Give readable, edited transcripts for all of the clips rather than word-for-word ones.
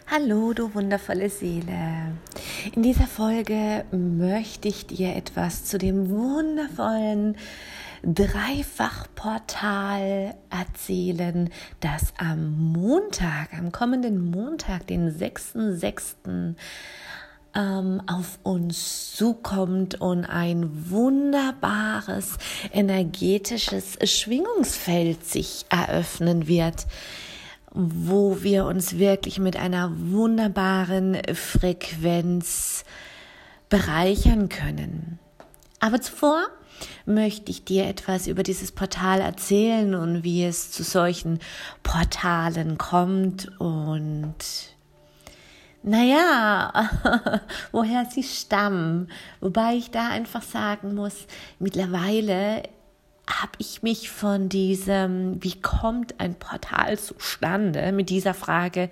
Hallo, du wundervolle Seele. In dieser Folge möchte ich dir etwas zu dem wundervollen Dreifachportal erzählen, das am kommenden Montag, den 6.6., auf uns zukommt und ein wunderbares energetisches Schwingungsfeld sich eröffnen wird, wo wir uns wirklich mit einer wunderbaren Frequenz bereichern können. Aber zuvor möchte ich dir etwas über dieses Portal erzählen und wie es zu solchen Portalen kommt und woher sie stammen. Wobei ich da einfach sagen muss, mittlerweile habe ich mich von diesem, wie kommt ein Portal zustande, mit dieser Frage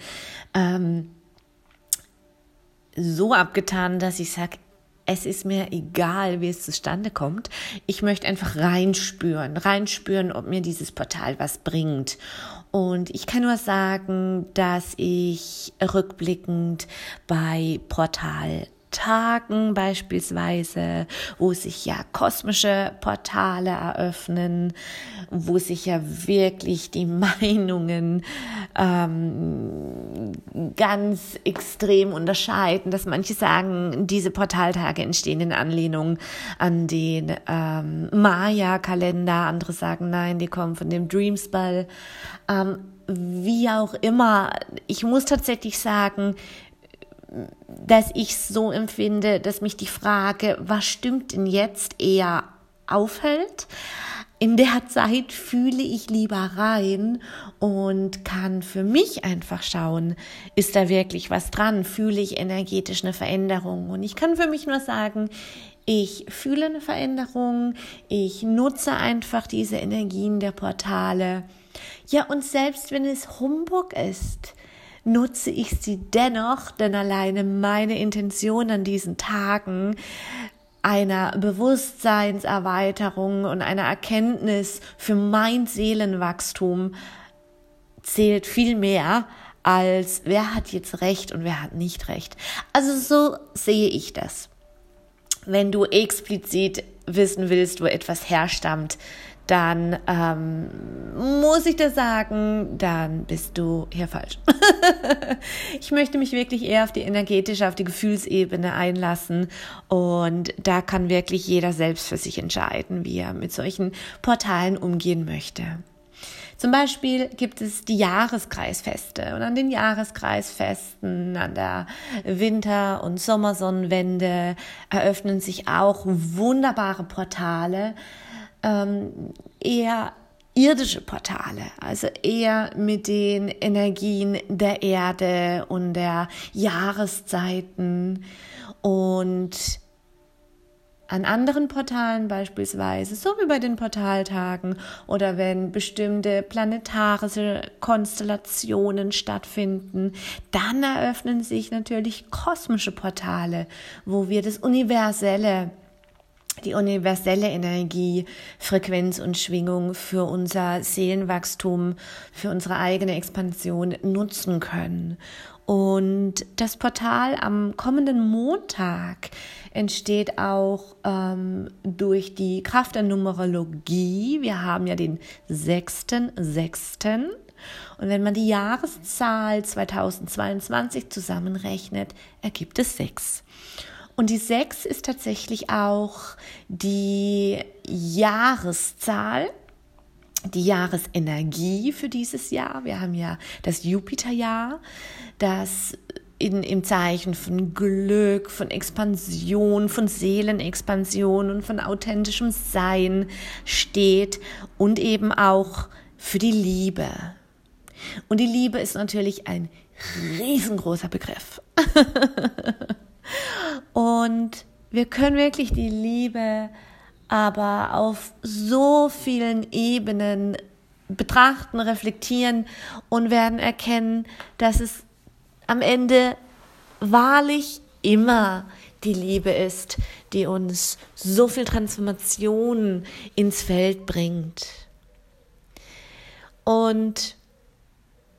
so abgetan, dass ich sage, es ist mir egal, wie es zustande kommt. Ich möchte einfach reinspüren, ob mir dieses Portal was bringt. Und ich kann nur sagen, dass ich rückblickend bei Portaltagen beispielsweise, wo sich ja kosmische Portale eröffnen, wo sich ja wirklich die Meinungen ganz extrem unterscheiden, dass manche sagen, diese Portaltage entstehen in Anlehnung an den Maya-Kalender, andere sagen, nein, die kommen von dem Dreamspell, wie auch immer. Ich muss tatsächlich sagen, dass ich so empfinde, dass mich die Frage, was stimmt denn jetzt, eher aufhält. In der Zeit fühle ich lieber rein und kann für mich einfach schauen, ist da wirklich was dran? Fühle ich energetisch eine Veränderung? Und ich kann für mich nur sagen, ich fühle eine Veränderung, ich nutze einfach diese Energien der Portale. Ja, und selbst wenn es Humbug ist, nutze ich sie dennoch, denn alleine meine Intention an diesen Tagen einer Bewusstseinserweiterung und einer Erkenntnis für mein Seelenwachstum zählt viel mehr als wer hat jetzt recht und wer hat nicht recht. Also so sehe ich das. Wenn du explizit wissen willst, wo etwas herstammt, dann muss ich dir sagen, dann bist du hier falsch. Ich möchte mich wirklich eher auf die energetische, auf die Gefühlsebene einlassen und da kann wirklich jeder selbst für sich entscheiden, wie er mit solchen Portalen umgehen möchte. Zum Beispiel gibt es die Jahreskreisfeste und an den Jahreskreisfesten, an der Winter- und Sommersonnenwende eröffnen sich auch wunderbare Portale, eher irdische Portale, also eher mit den Energien der Erde und der Jahreszeiten. Und an anderen Portalen beispielsweise, so wie bei den Portaltagen oder wenn bestimmte planetarische Konstellationen stattfinden, dann eröffnen sich natürlich kosmische Portale, wo wir die universelle Energie, Frequenz und Schwingung für unser Seelenwachstum, für unsere eigene Expansion nutzen können. Und das Portal am kommenden Montag entsteht auch durch die Kraft der Numerologie. Wir haben ja den 6.6. Und wenn man die Jahreszahl 2022 zusammenrechnet, ergibt es 6. Und die 6 ist tatsächlich auch die Jahreszahl, die Jahresenergie für dieses Jahr. Wir haben ja das Jupiterjahr, das im Zeichen von Glück, von Expansion, von Seelenexpansion und von authentischem Sein steht und eben auch für die Liebe. Und die Liebe ist natürlich ein riesengroßer Begriff. Und wir können wirklich die Liebe aber auf so vielen Ebenen betrachten, reflektieren und werden erkennen, dass es am Ende wahrlich immer die Liebe ist, die uns so viel Transformation ins Feld bringt. Und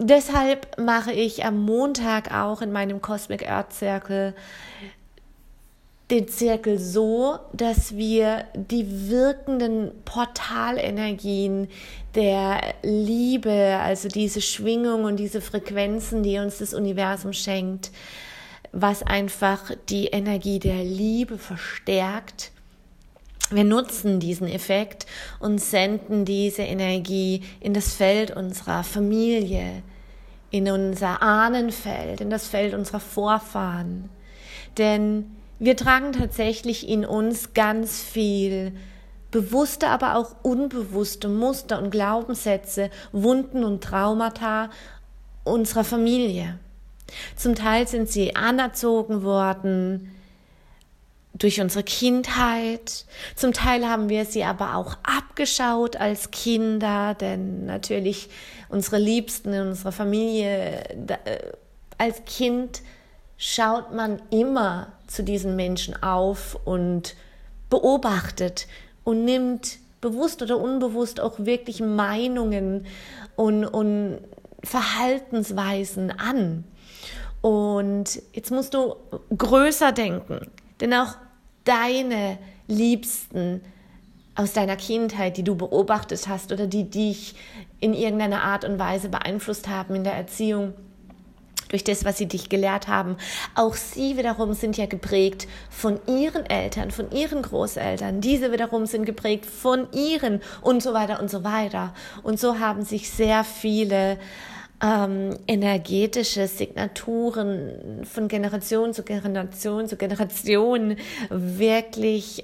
Deshalb mache ich am Montag auch in meinem Cosmic Earth Circle den Zirkel so, dass wir die wirkenden Portalenergien der Liebe, also diese Schwingung und diese Frequenzen, die uns das Universum schenkt, was einfach die Energie der Liebe verstärkt. Wir nutzen diesen Effekt und senden diese Energie in das Feld unserer Familie, in unser Ahnenfeld, in das Feld unserer Vorfahren. Denn wir tragen tatsächlich in uns ganz viel bewusste, aber auch unbewusste Muster und Glaubenssätze, Wunden und Traumata unserer Familie. Zum Teil sind sie anerzogen worden durch unsere Kindheit. Zum Teil haben wir sie aber auch abgeschaut als Kinder, denn natürlich unsere Liebsten in unserer Familie, als Kind schaut man immer zu diesen Menschen auf und beobachtet und nimmt bewusst oder unbewusst auch wirklich Meinungen und Verhaltensweisen an. Und jetzt musst du größer denken, denn auch deine Liebsten aus deiner Kindheit, die du beobachtet hast oder die dich in irgendeiner Art und Weise beeinflusst haben in der Erziehung, durch das, was sie dich gelehrt haben. Auch sie wiederum sind ja geprägt von ihren Eltern, von ihren Großeltern. Diese wiederum sind geprägt von ihren und so weiter und so weiter. Und so haben sich sehr viele energetische Signaturen von Generation zu Generation zu Generation wirklich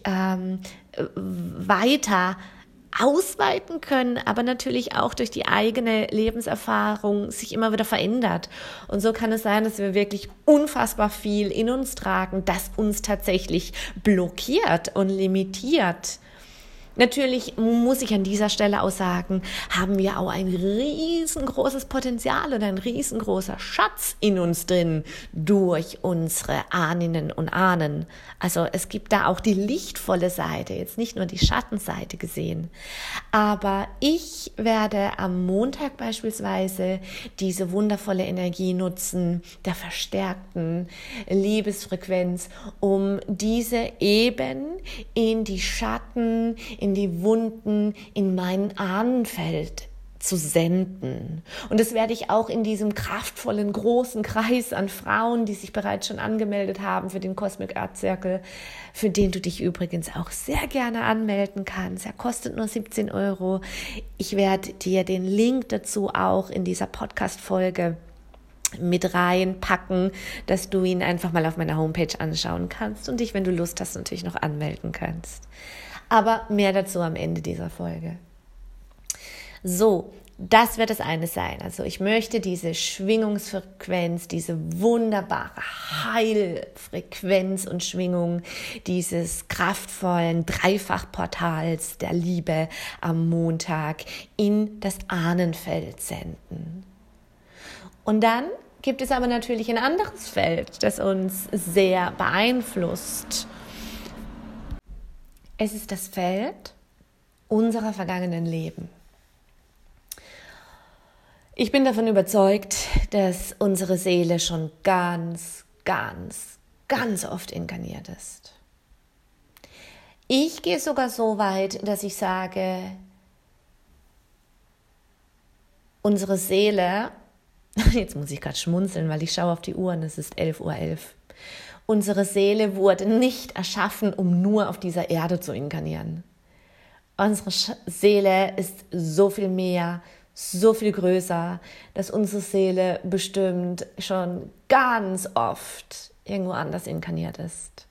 weiter ausweiten können, aber natürlich auch durch die eigene Lebenserfahrung sich immer wieder verändert. Und so kann es sein, dass wir wirklich unfassbar viel in uns tragen, das uns tatsächlich blockiert und limitiert. Natürlich muss ich an dieser Stelle auch sagen, haben wir auch ein riesengroßes Potenzial oder ein riesengroßer Schatz in uns drin durch unsere Ahninnen und Ahnen. Also es gibt da auch die lichtvolle Seite, jetzt nicht nur die Schattenseite gesehen. Aber ich werde am Montag beispielsweise diese wundervolle Energie nutzen, der verstärkten Liebesfrequenz, um diese eben in die Schatten, in die Wunden, in mein Ahnenfeld zu senden. Und das werde ich auch in diesem kraftvollen, großen Kreis an Frauen, die sich bereits schon angemeldet haben für den Cosmic Earth Circle, für den du dich übrigens auch sehr gerne anmelden kannst. Er kostet nur 17 €. Ich werde dir den Link dazu auch in dieser Podcast-Folge mit reinpacken, dass du ihn einfach mal auf meiner Homepage anschauen kannst und dich, wenn du Lust hast, natürlich noch anmelden kannst. Aber mehr dazu am Ende dieser Folge. So, das wird das eine sein. Also ich möchte diese Schwingungsfrequenz, diese wunderbare Heilfrequenz und Schwingung dieses kraftvollen Dreifachportals der Liebe am Montag in das Ahnenfeld senden. Und dann gibt es aber natürlich ein anderes Feld, das uns sehr beeinflusst. Es ist das Feld unserer vergangenen Leben. Ich bin davon überzeugt, dass unsere Seele schon ganz oft inkarniert ist. Ich gehe sogar so weit, dass ich sage, unsere Seele, jetzt muss ich gerade schmunzeln, weil ich schaue auf die Uhr und es ist 11:11 Uhr. Unsere Seele wurde nicht erschaffen, um nur auf dieser Erde zu inkarnieren. Unsere Seele ist so viel mehr, so viel größer, dass unsere Seele bestimmt schon ganz oft irgendwo anders inkarniert ist.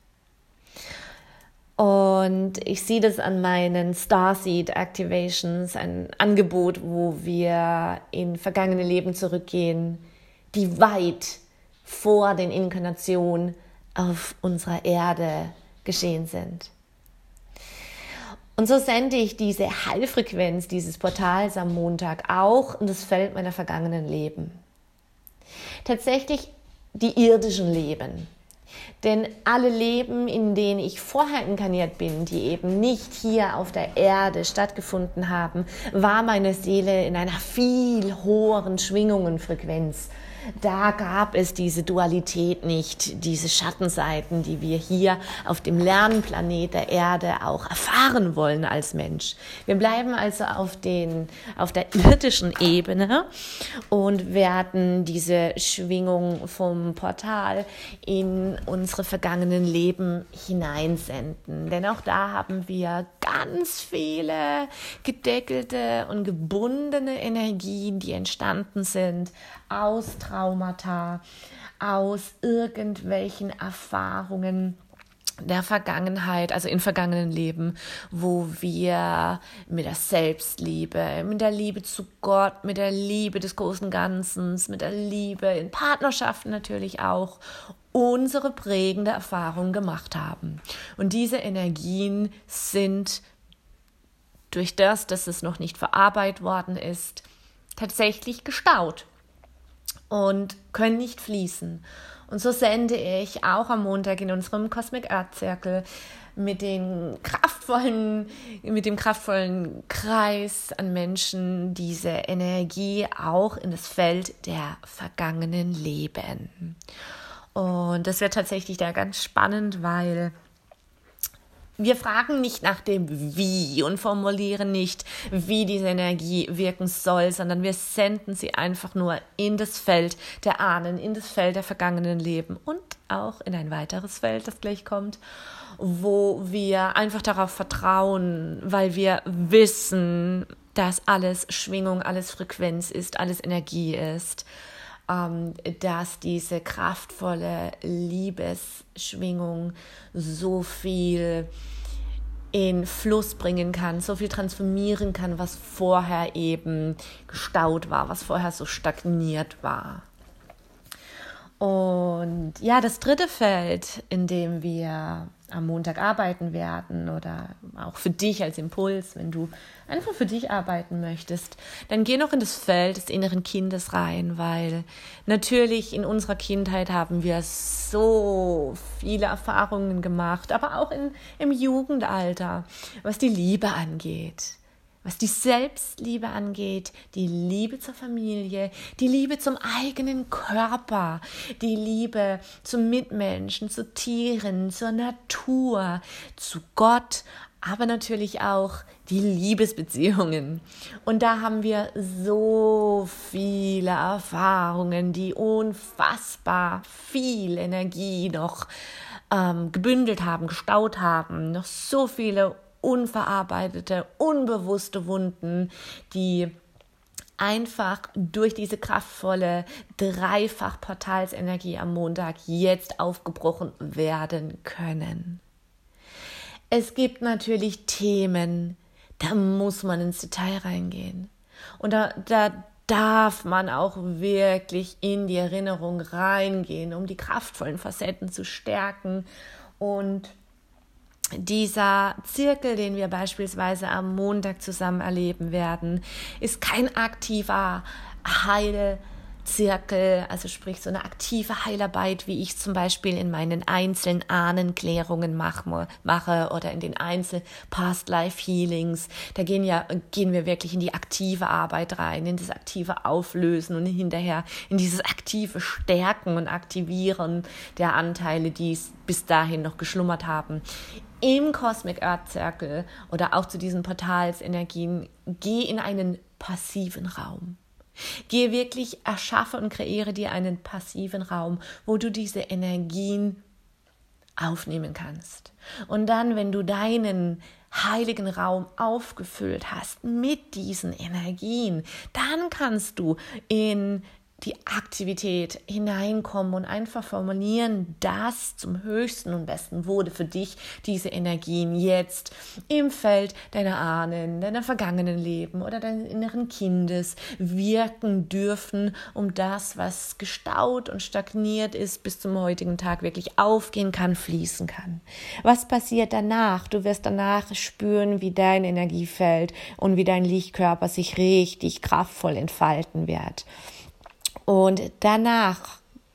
Und ich sehe das an meinen Starseed Activations, ein Angebot, wo wir in vergangene Leben zurückgehen, die weit vor den Inkarnationen auf unserer Erde geschehen sind. Und so sende ich diese Heilfrequenz dieses Portals am Montag auch in das Feld meiner vergangenen Leben. Tatsächlich die irdischen Leben, Denn alle Leben, in denen ich vorher inkarniert bin, die eben nicht hier auf der Erde stattgefunden haben, war meine Seele in einer viel höheren Schwingung und Frequenz. Da gab es diese Dualität nicht, diese Schattenseiten, die wir hier auf dem Lernplanet der Erde auch erfahren wollen als Mensch. Wir bleiben also auf der irdischen Ebene und werden diese Schwingung vom Portal in unsere vergangenen Leben hineinsenden. Denn auch da haben wir ganz viele gedeckelte und gebundene Energien, die entstanden sind aus Traumata, aus irgendwelchen Erfahrungen der Vergangenheit, also in vergangenen Leben, wo wir mit der Selbstliebe, mit der Liebe zu Gott, mit der Liebe des großen Ganzen, mit der Liebe in Partnerschaften natürlich auch, unsere prägende Erfahrung gemacht haben. Und diese Energien sind durch das, dass es noch nicht verarbeitet worden ist, tatsächlich gestaut und können nicht fließen. Und so sende ich auch am Montag in unserem Cosmic Earth Circle mit dem kraftvollen Kreis an Menschen diese Energie auch in das Feld der vergangenen Leben. Und das wird tatsächlich da ganz spannend, weil wir fragen nicht nach dem Wie und formulieren nicht, wie diese Energie wirken soll, sondern wir senden sie einfach nur in das Feld der Ahnen, in das Feld der vergangenen Leben und auch in ein weiteres Feld, das gleich kommt, wo wir einfach darauf vertrauen, weil wir wissen, dass alles Schwingung, alles Frequenz ist, alles Energie ist, dass diese kraftvolle Liebesschwingung so viel in Fluss bringen kann, so viel transformieren kann, was vorher eben gestaut war, was vorher so stagniert war. Und ja, das dritte Feld, in dem wir am Montag arbeiten werden oder auch für dich als Impuls, wenn du einfach für dich arbeiten möchtest, dann geh noch in das Feld des inneren Kindes rein, weil natürlich in unserer Kindheit haben wir so viele Erfahrungen gemacht, aber auch im Jugendalter, was die Liebe angeht. Was die Selbstliebe angeht, die Liebe zur Familie, die Liebe zum eigenen Körper, die Liebe zum Mitmenschen, zu Tieren, zur Natur, zu Gott, aber natürlich auch die Liebesbeziehungen. Und da haben wir so viele Erfahrungen, die unfassbar viel Energie noch gebündelt haben, gestaut haben, noch so viele unverarbeitete, unbewusste Wunden, die einfach durch diese kraftvolle Dreifach-Portalsenergie am Montag jetzt aufgebrochen werden können. Es gibt natürlich Themen, da muss man ins Detail reingehen. Und da darf man auch wirklich in die Erinnerung reingehen, um die kraftvollen Facetten zu stärken. Und dieser Zirkel, den wir beispielsweise am Montag zusammen erleben werden, ist kein aktiver Heilzirkel, also sprich so eine aktive Heilarbeit, wie ich zum Beispiel in meinen einzelnen Ahnenklärungen mache oder in den einzelnen Past-Life-Healings. Da gehen wir wirklich in die aktive Arbeit rein, in das aktive Auflösen und hinterher in dieses aktive Stärken und Aktivieren der Anteile, die bis dahin noch geschlummert haben. Im Cosmic Earth Circle oder auch zu diesen Portalsenergien, geh in einen passiven Raum. Gehe wirklich, erschaffe und kreiere dir einen passiven Raum, wo du diese Energien aufnehmen kannst. Und dann, wenn du deinen heiligen Raum aufgefüllt hast mit diesen Energien, dann kannst du in die Aktivität hineinkommen und einfach formulieren, dass zum höchsten und besten wurde für dich diese Energien jetzt im Feld deiner Ahnen, deiner vergangenen Leben oder deines inneren Kindes wirken dürfen, um das, was gestaut und stagniert ist, bis zum heutigen Tag wirklich aufgehen kann, fließen kann. Was passiert danach? Du wirst danach spüren, wie dein Energiefeld und wie dein Lichtkörper sich richtig kraftvoll entfalten wird. Und danach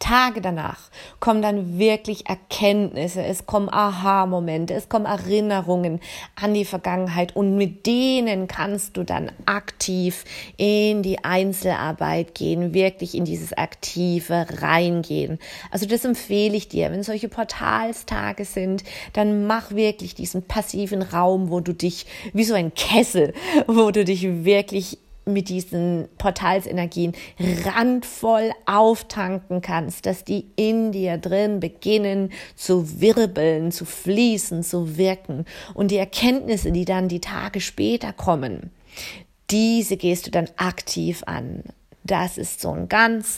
Tage danach kommen dann wirklich Erkenntnisse, es kommen Aha-Momente, es kommen Erinnerungen an die Vergangenheit und mit denen kannst du dann aktiv in die Einzelarbeit gehen, wirklich in dieses Aktive reingehen. Also das empfehle ich dir, wenn solche Portalstage sind, dann mach wirklich diesen passiven Raum, wo du dich, wie so ein Kessel, wo du dich wirklich mit diesen Portalsenergien randvoll auftanken kannst, dass die in dir drin beginnen zu wirbeln, zu fließen, zu wirken. Und die Erkenntnisse, die dann die Tage später kommen, diese gehst du dann aktiv an. Das ist so ein ganz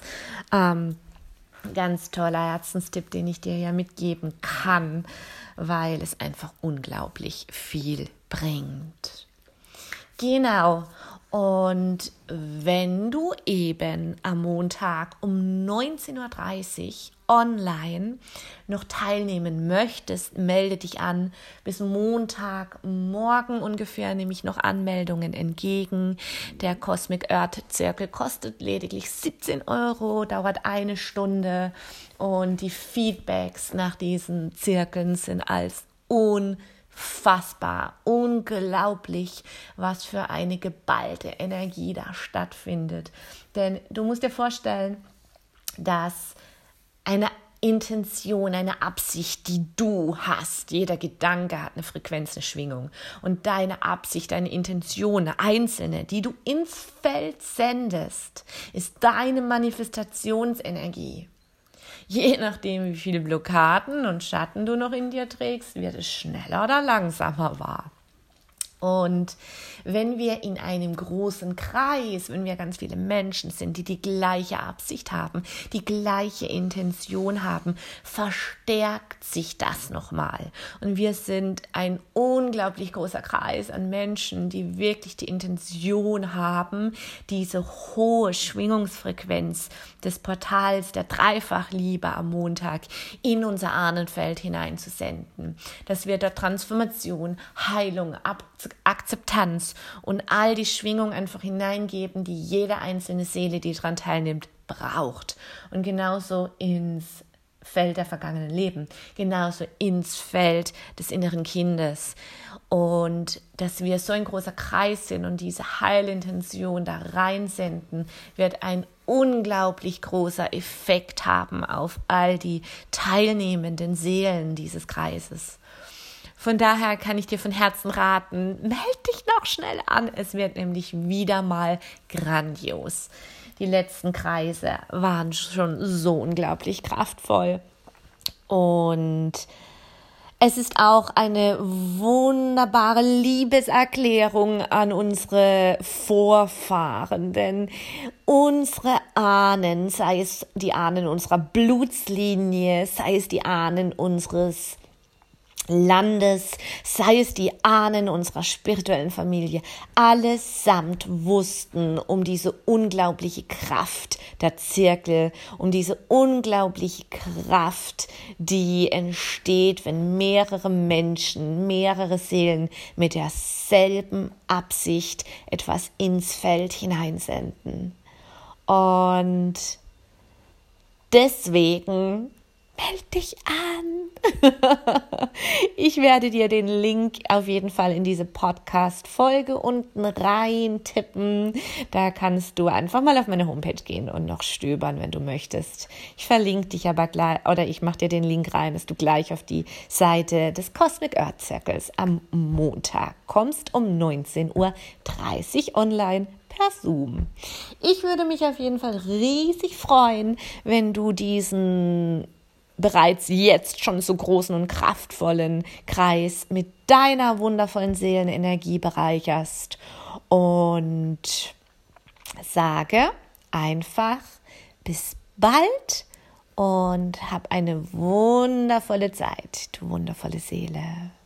toller Herzenstipp, den ich dir ja mitgeben kann, weil es einfach unglaublich viel bringt. Genau. Und wenn du eben am Montag um 19.30 Uhr online noch teilnehmen möchtest, melde dich an. Bis Montagmorgen ungefähr nehme ich noch Anmeldungen entgegen. Der Cosmic Earth Circle kostet lediglich 17 €, dauert 1 Stunde und die Feedbacks nach diesen Zirkeln sind als unfassbar, unglaublich, was für eine geballte Energie da stattfindet. Denn du musst dir vorstellen, dass eine Intention, eine Absicht, die du hast, jeder Gedanke hat eine Frequenz, eine Schwingung. Und deine Absicht, deine Intention, eine einzelne, die du ins Feld sendest, ist deine Manifestationsenergie. Je nachdem, wie viele Blockaden und Schatten du noch in dir trägst, wird es schneller oder langsamer wahr. Und wenn wir in einem großen Kreis, wenn wir ganz viele Menschen sind, die die gleiche Absicht haben, die gleiche Intention haben, verstärkt sich das nochmal. Und wir sind ein unglaublich großer Kreis an Menschen, die wirklich die Intention haben, diese hohe Schwingungsfrequenz des Portals der Dreifachliebe am Montag in unser Ahnenfeld hineinzusenden. Dass wir dort Transformation, Heilung, Akzeptanz und all die Schwingungen einfach hineingeben, die jede einzelne Seele, die daran teilnimmt, braucht. Und genauso ins Feld der vergangenen Leben, genauso ins Feld des inneren Kindes. Und dass wir so ein großer Kreis sind und diese Heilintention da reinsenden, wird ein unglaublich großer Effekt haben auf all die teilnehmenden Seelen dieses Kreises. Von daher kann ich dir von Herzen raten, melde dich noch schnell an. Es wird nämlich wieder mal grandios. Die letzten Kreise waren schon so unglaublich kraftvoll. Und es ist auch eine wunderbare Liebeserklärung an unsere Vorfahren, denn unsere Ahnen, sei es die Ahnen unserer Blutslinie, sei es die Ahnen unseres Landes, sei es die Ahnen unserer spirituellen Familie, allesamt wussten um diese unglaubliche Kraft der Zirkel, um diese unglaubliche Kraft, die entsteht, wenn mehrere Menschen, mehrere Seelen mit derselben Absicht etwas ins Feld hineinsenden. Und deswegen meld dich an. Ich werde dir den Link auf jeden Fall in diese Podcast-Folge unten rein tippen. Da kannst du einfach mal auf meine Homepage gehen und noch stöbern, wenn du möchtest. Ich verlinke dich aber gleich, oder ich mache dir den Link rein, dass du gleich auf die Seite des Cosmic Earth Circles am Montag kommst um 19.30 Uhr online per Zoom. Ich würde mich auf jeden Fall riesig freuen, wenn du diesen bereits jetzt schon so großen und kraftvollen Kreis mit deiner wundervollen Seelenenergie bereicherst und sage einfach bis bald und hab eine wundervolle Zeit, du wundervolle Seele.